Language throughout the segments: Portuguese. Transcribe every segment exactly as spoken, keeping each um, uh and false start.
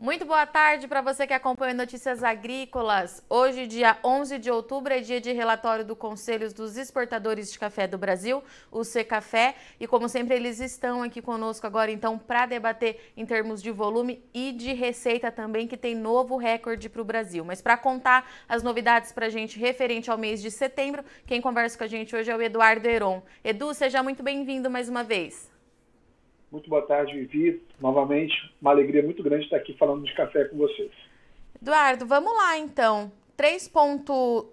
Muito boa tarde para você que acompanha Notícias Agrícolas. Hoje, dia onze de outubro, é dia de relatório do Conselho dos Exportadores de Café do Brasil, o Secafé, e como sempre eles estão aqui conosco agora então para debater em termos de volume e de receita também, que tem novo recorde para o Brasil. Mas para contar as novidades para a gente referente ao mês de setembro, quem conversa com a gente hoje é o Eduardo Heron. Edu, seja muito bem-vindo mais uma vez. Muito boa tarde, Vivi. Novamente, uma alegria muito grande estar aqui falando de café com vocês. Eduardo, vamos lá então. três ponto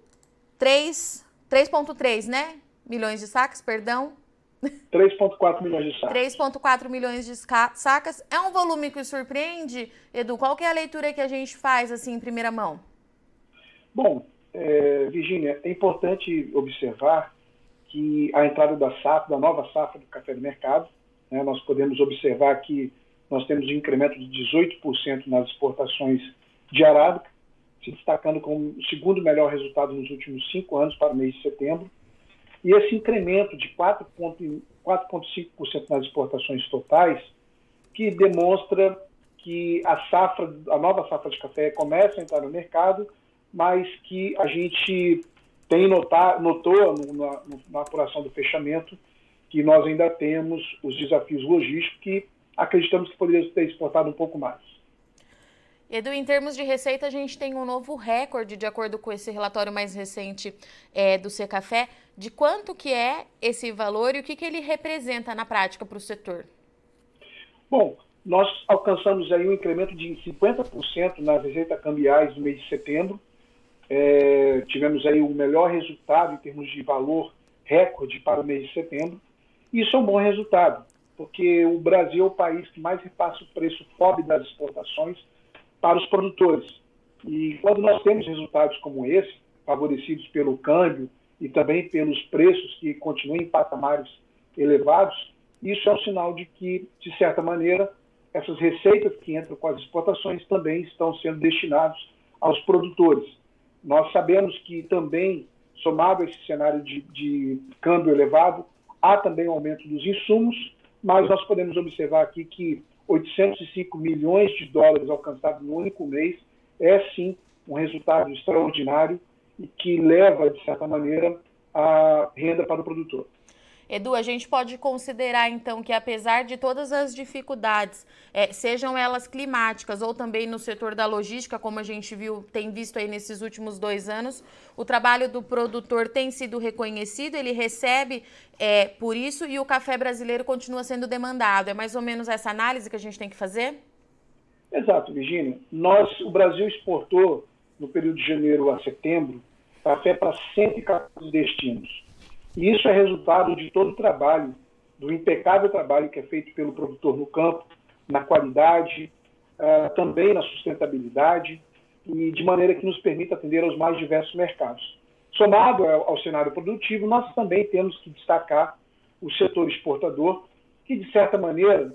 três, né? Milhões de sacas, perdão. três ponto quatro milhões de sacas. três ponto quatro milhões de sacas. É um volume que surpreende, Edu? Qual que é a leitura que a gente faz assim em primeira mão? Bom, é, Virgínia, é importante observar que a entrada da safra, da nova safra do café do mercado, né, nós podemos observar que nós temos um incremento de dezoito por cento nas exportações de arábica, se destacando como o segundo melhor resultado nos últimos cinco anos para o mês de setembro. E esse incremento de quatro vírgula cinco por cento nas exportações totais, que demonstra que a safra, a nova safra de café começa a entrar no mercado, mas que a gente tem notar, notou na, na apuração do fechamento que nós ainda temos os desafios logísticos que acreditamos que poderíamos ter exportado um pouco mais. Edu, em termos de receita, a gente tem um novo recorde, de acordo com esse relatório mais recente é, do Secafé, de quanto que é esse valor e o que, que ele representa na prática para o setor? Bom, nós alcançamos aí um incremento de cinquenta por cento nas receitas cambiais no mês de setembro. É, tivemos aí o melhor resultado em termos de valor recorde para o mês de setembro. Isso é um bom resultado, porque o Brasil é o país que mais repassa o preço F O B das exportações para os produtores. E quando nós temos resultados como esse, favorecidos pelo câmbio e também pelos preços que continuam em patamares elevados, isso é um sinal de que, de certa maneira, essas receitas que entram com as exportações também estão sendo destinadas aos produtores. Nós sabemos que também, somado a esse cenário de, de câmbio elevado, há também um aumento dos insumos, mas nós podemos observar aqui que oitocentos e cinco milhões de dólares alcançados no único mês é, sim, um resultado extraordinário e que leva, de certa maneira, a renda para o produtor. Edu, a gente pode considerar, então, que apesar de todas as dificuldades, é, sejam elas climáticas ou também no setor da logística, como a gente viu, tem visto aí nesses últimos dois anos, o trabalho do produtor tem sido reconhecido, ele recebe é, por isso e o café brasileiro continua sendo demandado. É mais ou menos essa análise que a gente tem que fazer? Exato, Virgínia. Nós, o Brasil exportou, no período de janeiro a setembro, café para cento e quatorze destinos. E isso é resultado de todo o trabalho, do impecável trabalho que é feito pelo produtor no campo, na qualidade, uh, também na sustentabilidade, e de maneira que nos permita atender aos mais diversos mercados. Somado ao, ao cenário produtivo, nós também temos que destacar o setor exportador, que, de certa maneira,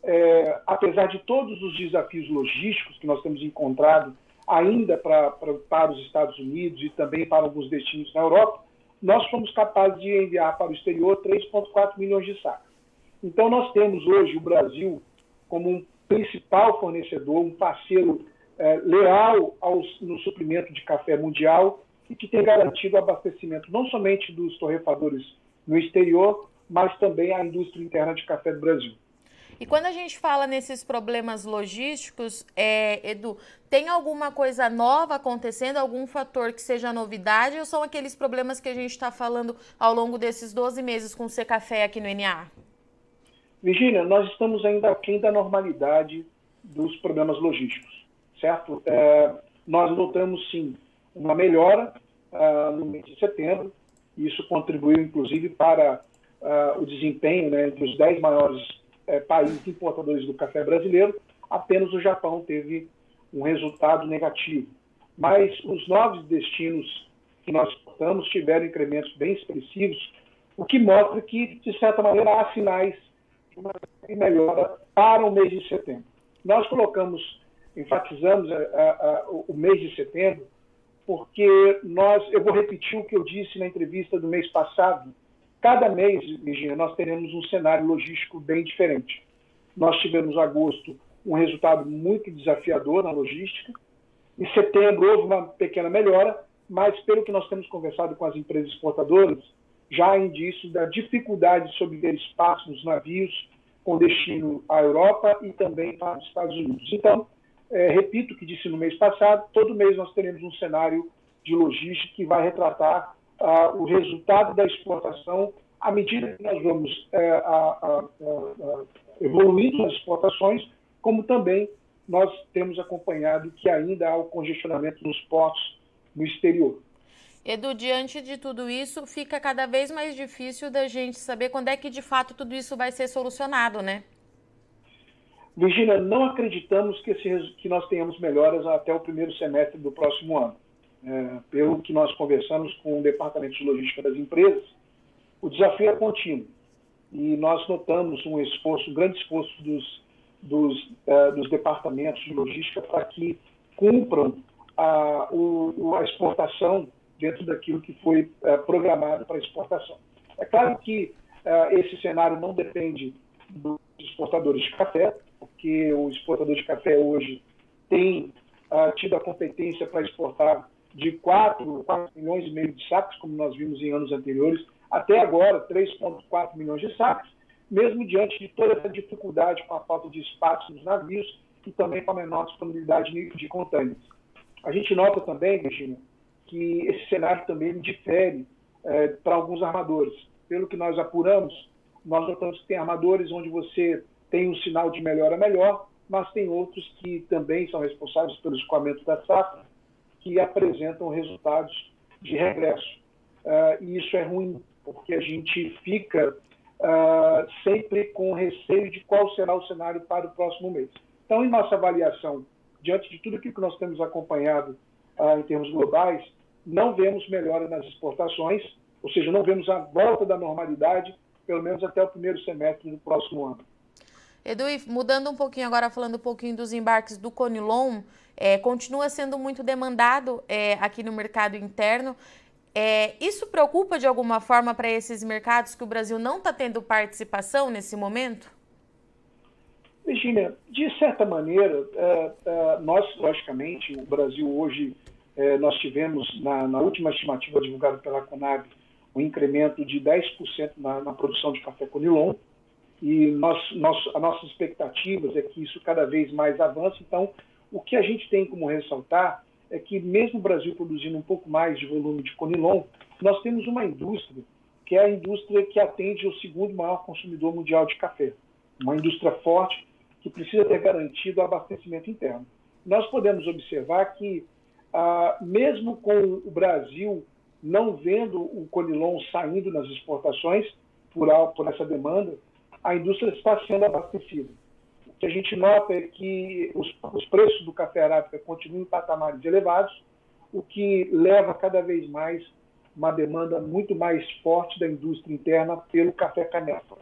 é, apesar de todos os desafios logísticos que nós temos encontrado ainda pra, pra, para os Estados Unidos e também para alguns destinos na Europa, nós fomos capazes de enviar para o exterior três vírgula quatro milhões de sacas. Então, nós temos hoje o Brasil como um principal fornecedor, um parceiro é, leal aos, no suprimento de café mundial e que tem garantido o abastecimento não somente dos torrefadores no exterior, mas também a indústria interna de café do Brasil. E quando a gente fala nesses problemas logísticos, é, Edu, tem alguma coisa nova acontecendo, algum fator que seja novidade, ou são aqueles problemas que a gente está falando ao longo desses doze meses com o Secafé aqui no N A? Virgínia, nós estamos ainda aquém da normalidade dos problemas logísticos, certo? É, nós notamos, sim, uma melhora uh, no mês de setembro, e isso contribuiu, inclusive, para uh, o desempenho, né, entre os dez maiores É, países importadores do café brasileiro. Apenas o Japão teve um resultado negativo. Mas os novos destinos que nós exportamos tiveram incrementos bem expressivos, o que mostra que, de certa maneira, há sinais de uma melhora para o mês de setembro. Nós colocamos, enfatizamos a, a, a, o mês de setembro, porque nós, eu vou repetir o que eu disse na entrevista do mês passado. Cada mês, Virgínia, nós teremos um cenário logístico bem diferente. Nós tivemos agosto um resultado muito desafiador na logística. Em setembro houve uma pequena melhora, mas pelo que nós temos conversado com as empresas exportadoras, já há indícios da dificuldade de obter espaço nos navios com destino à Europa e também para os Estados Unidos. Então, é, repito o que disse no mês passado, todo mês nós teremos um cenário de logística que vai retratar ah, o resultado da exportação à medida que nós vamos é, a, a, a, evoluindo nas exportações, como também nós temos acompanhado que ainda há o congestionamento nos portos no exterior. Edu, diante de tudo isso, fica cada vez mais difícil da gente saber quando é que, de fato, tudo isso vai ser solucionado, né? Virgínia, não acreditamos que, esse, que nós tenhamos melhoras até o primeiro semestre do próximo ano. É, pelo que nós conversamos com o Departamento de Logística das empresas, o desafio é contínuo. E nós notamos um esforço, um grande esforço dos, dos, uh, dos departamentos de logística para que cumpram a, o, a exportação dentro daquilo que foi uh, programado para exportação. É claro que uh, esse cenário não depende dos exportadores de café, porque o exportador de café hoje tem uh, tido a competência para exportar de quatro milhões e meio de sacos, como nós vimos em anos anteriores, até agora três vírgula quatro milhões de sacos, mesmo diante de toda essa dificuldade com a falta de espaço nos navios e também com a menor disponibilidade de contêineres. A gente nota também, Virginia, que esse cenário também difere é, para alguns armadores. Pelo que nós apuramos, nós notamos que tem armadores onde você tem um sinal de melhora melhor, mas tem outros que também são responsáveis pelo escoamento da safra, que apresentam resultados de regresso. Uh, e isso é ruim, porque a gente fica uh, sempre com receio de qual será o cenário para o próximo mês. Então, em nossa avaliação, diante de tudo aquilo que nós temos acompanhado uh, em termos globais, não vemos melhora nas exportações, ou seja, não vemos a volta da normalidade, pelo menos até o primeiro semestre do próximo ano. Edu, mudando um pouquinho agora, falando um pouquinho dos embarques do Conilon, é, continua sendo muito demandado é, aqui no mercado interno. É, isso preocupa de alguma forma para esses mercados que o Brasil não está tendo participação nesse momento? Virgínia, de certa maneira, é, é, nós, logicamente, o Brasil hoje, é, nós tivemos, na, na última estimativa divulgada pela Conab, um incremento de dez por cento na, na produção de café Conilon, e nós, nós, as nossas expectativas é que isso cada vez mais avance. Então, o que a gente tem como ressaltar é que mesmo o Brasil produzindo um pouco mais de volume de Conilon, nós temos uma indústria que é a indústria que atende o segundo maior consumidor mundial de café. Uma indústria forte que precisa ter garantido o abastecimento interno. Nós podemos observar que, ah, mesmo com o Brasil não vendo o Conilon saindo nas exportações por, por essa demanda, a indústria está sendo abastecida. O que a gente nota é que os, os preços do café arábica continuam em patamares elevados, o que leva cada vez mais uma demanda muito mais forte da indústria interna pelo café canéfora.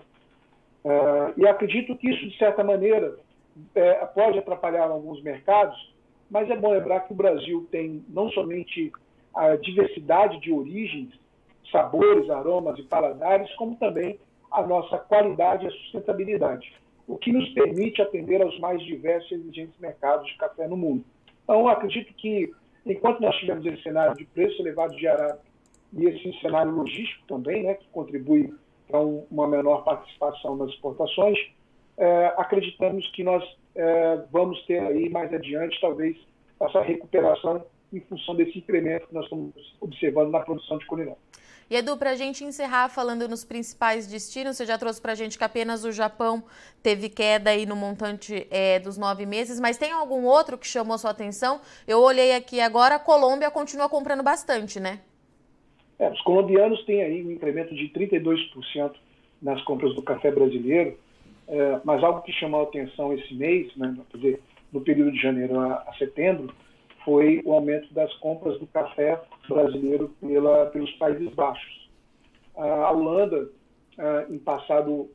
Uh, e acredito que isso, de certa maneira, é, pode atrapalhar alguns mercados, mas é bom lembrar que o Brasil tem não somente a diversidade de origens, sabores, aromas e paladares, como também a nossa qualidade e a sustentabilidade, o que nos permite atender aos mais diversos e exigentes mercados de café no mundo. Então, acredito que, enquanto nós tivermos esse cenário de preço elevado de arábica e esse cenário logístico também, né, que contribui para um, uma menor participação nas exportações, é, acreditamos que nós é, vamos ter aí mais adiante, talvez, essa recuperação em função desse incremento que nós estamos observando na produção de Conilon. E Edu, para a gente encerrar falando nos principais destinos, você já trouxe para a gente que apenas o Japão teve queda aí no montante é, dos nove meses, mas tem algum outro que chamou sua atenção? Eu olhei aqui agora, a Colômbia continua comprando bastante, né? É, os colombianos têm aí um incremento de trinta e dois por cento nas compras do café brasileiro, é, mas algo que chamou a atenção esse mês, né, quer dizer, no período de janeiro a, a setembro, foi o aumento das compras do café brasileiro pela, pelos Países Baixos. A Holanda, em passado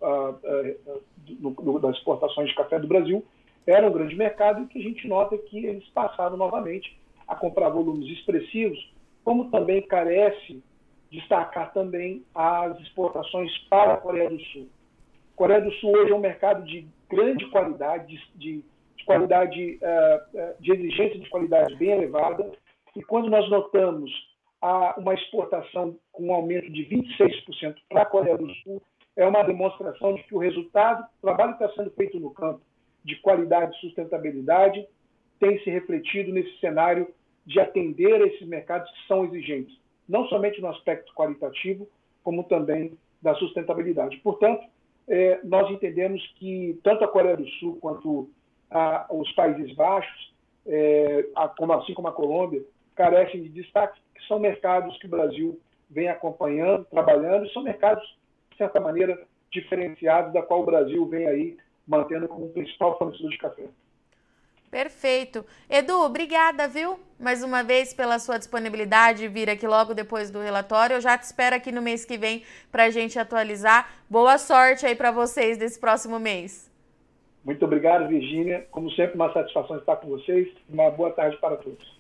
do, do, das exportações de café do Brasil, era um grande mercado e que a gente nota que eles passaram novamente a comprar volumes expressivos, como também carece destacar também as exportações para a Coreia do Sul. A Coreia do Sul hoje é um mercado de grande qualidade, de, de qualidade, de exigência de qualidade bem elevada, e quando nós notamos uma exportação com um aumento de vinte e seis por cento para a Coreia do Sul, é uma demonstração de que o resultado, o trabalho que está sendo feito no campo de qualidade e sustentabilidade tem se refletido nesse cenário de atender a esses mercados que são exigentes, não somente no aspecto qualitativo, como também da sustentabilidade. Portanto, eh, nós entendemos que tanto a Coreia do Sul quanto a, os Países Baixos, eh, a, como, assim como a Colômbia, carecem de destaque, que são mercados que o Brasil vem acompanhando, trabalhando, e são mercados, de certa maneira, diferenciados, da qual o Brasil vem aí mantendo como principal fornecedor de café. Perfeito. Edu, obrigada, viu? Mais uma vez pela sua disponibilidade de vir aqui logo depois do relatório. Eu já te espero aqui no mês que vem para a gente atualizar. Boa sorte aí para vocês nesse próximo mês. Muito obrigado, Virgínia. Como sempre, uma satisfação estar com vocês. Uma boa tarde para todos.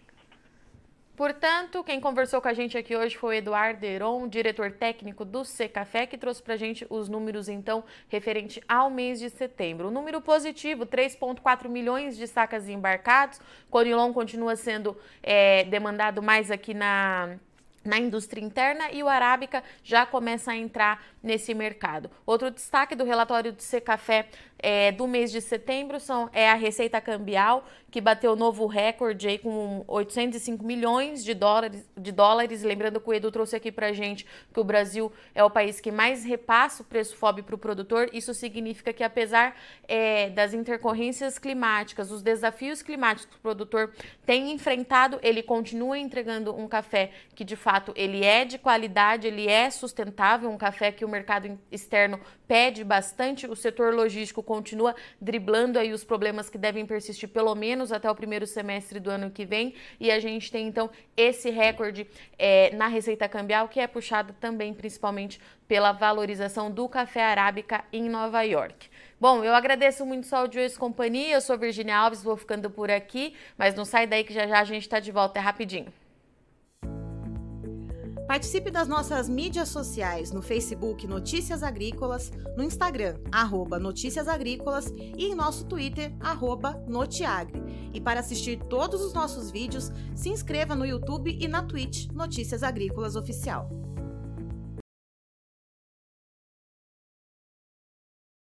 Portanto, quem conversou com a gente aqui hoje foi o Eduardo Heron, diretor técnico do Secafé, que trouxe para a gente os números, então, referente ao mês de setembro. O número positivo, três vírgula quatro milhões de sacas embarcados. Conilon continua sendo é, demandado mais aqui na... na indústria interna, e o Arábica já começa a entrar nesse mercado. Outro destaque do relatório do Secafé é, do mês de setembro são, é a receita cambial, que bateu novo recorde aí com oitocentos e cinco milhões de dólares, de dólares. Lembrando que o Edu trouxe aqui pra gente que o Brasil é o país que mais repassa o preço F O B para o produtor. Isso significa que, apesar é, das intercorrências climáticas, os desafios climáticos que o produtor tem enfrentado, ele continua entregando um café que, de fato, ele é de qualidade, ele é sustentável, um café que o mercado externo pede bastante. O setor logístico continua driblando aí os problemas que devem persistir pelo menos até o primeiro semestre do ano que vem, e a gente tem então esse recorde é, na receita cambial, que é puxado também principalmente pela valorização do café arábica em Nova York. Bom, eu agradeço muito só o Joyce Companhia, eu sou Virgínia Alves, vou ficando por aqui, mas não sai daí que já já a gente está de volta, é rapidinho. Participe das nossas mídias sociais no Facebook Notícias Agrícolas, no Instagram, arroba Notícias Agrícolas, e em nosso Twitter, arroba Notiagre. E para assistir todos os nossos vídeos, se inscreva no YouTube e na Twitch Notícias Agrícolas Oficial.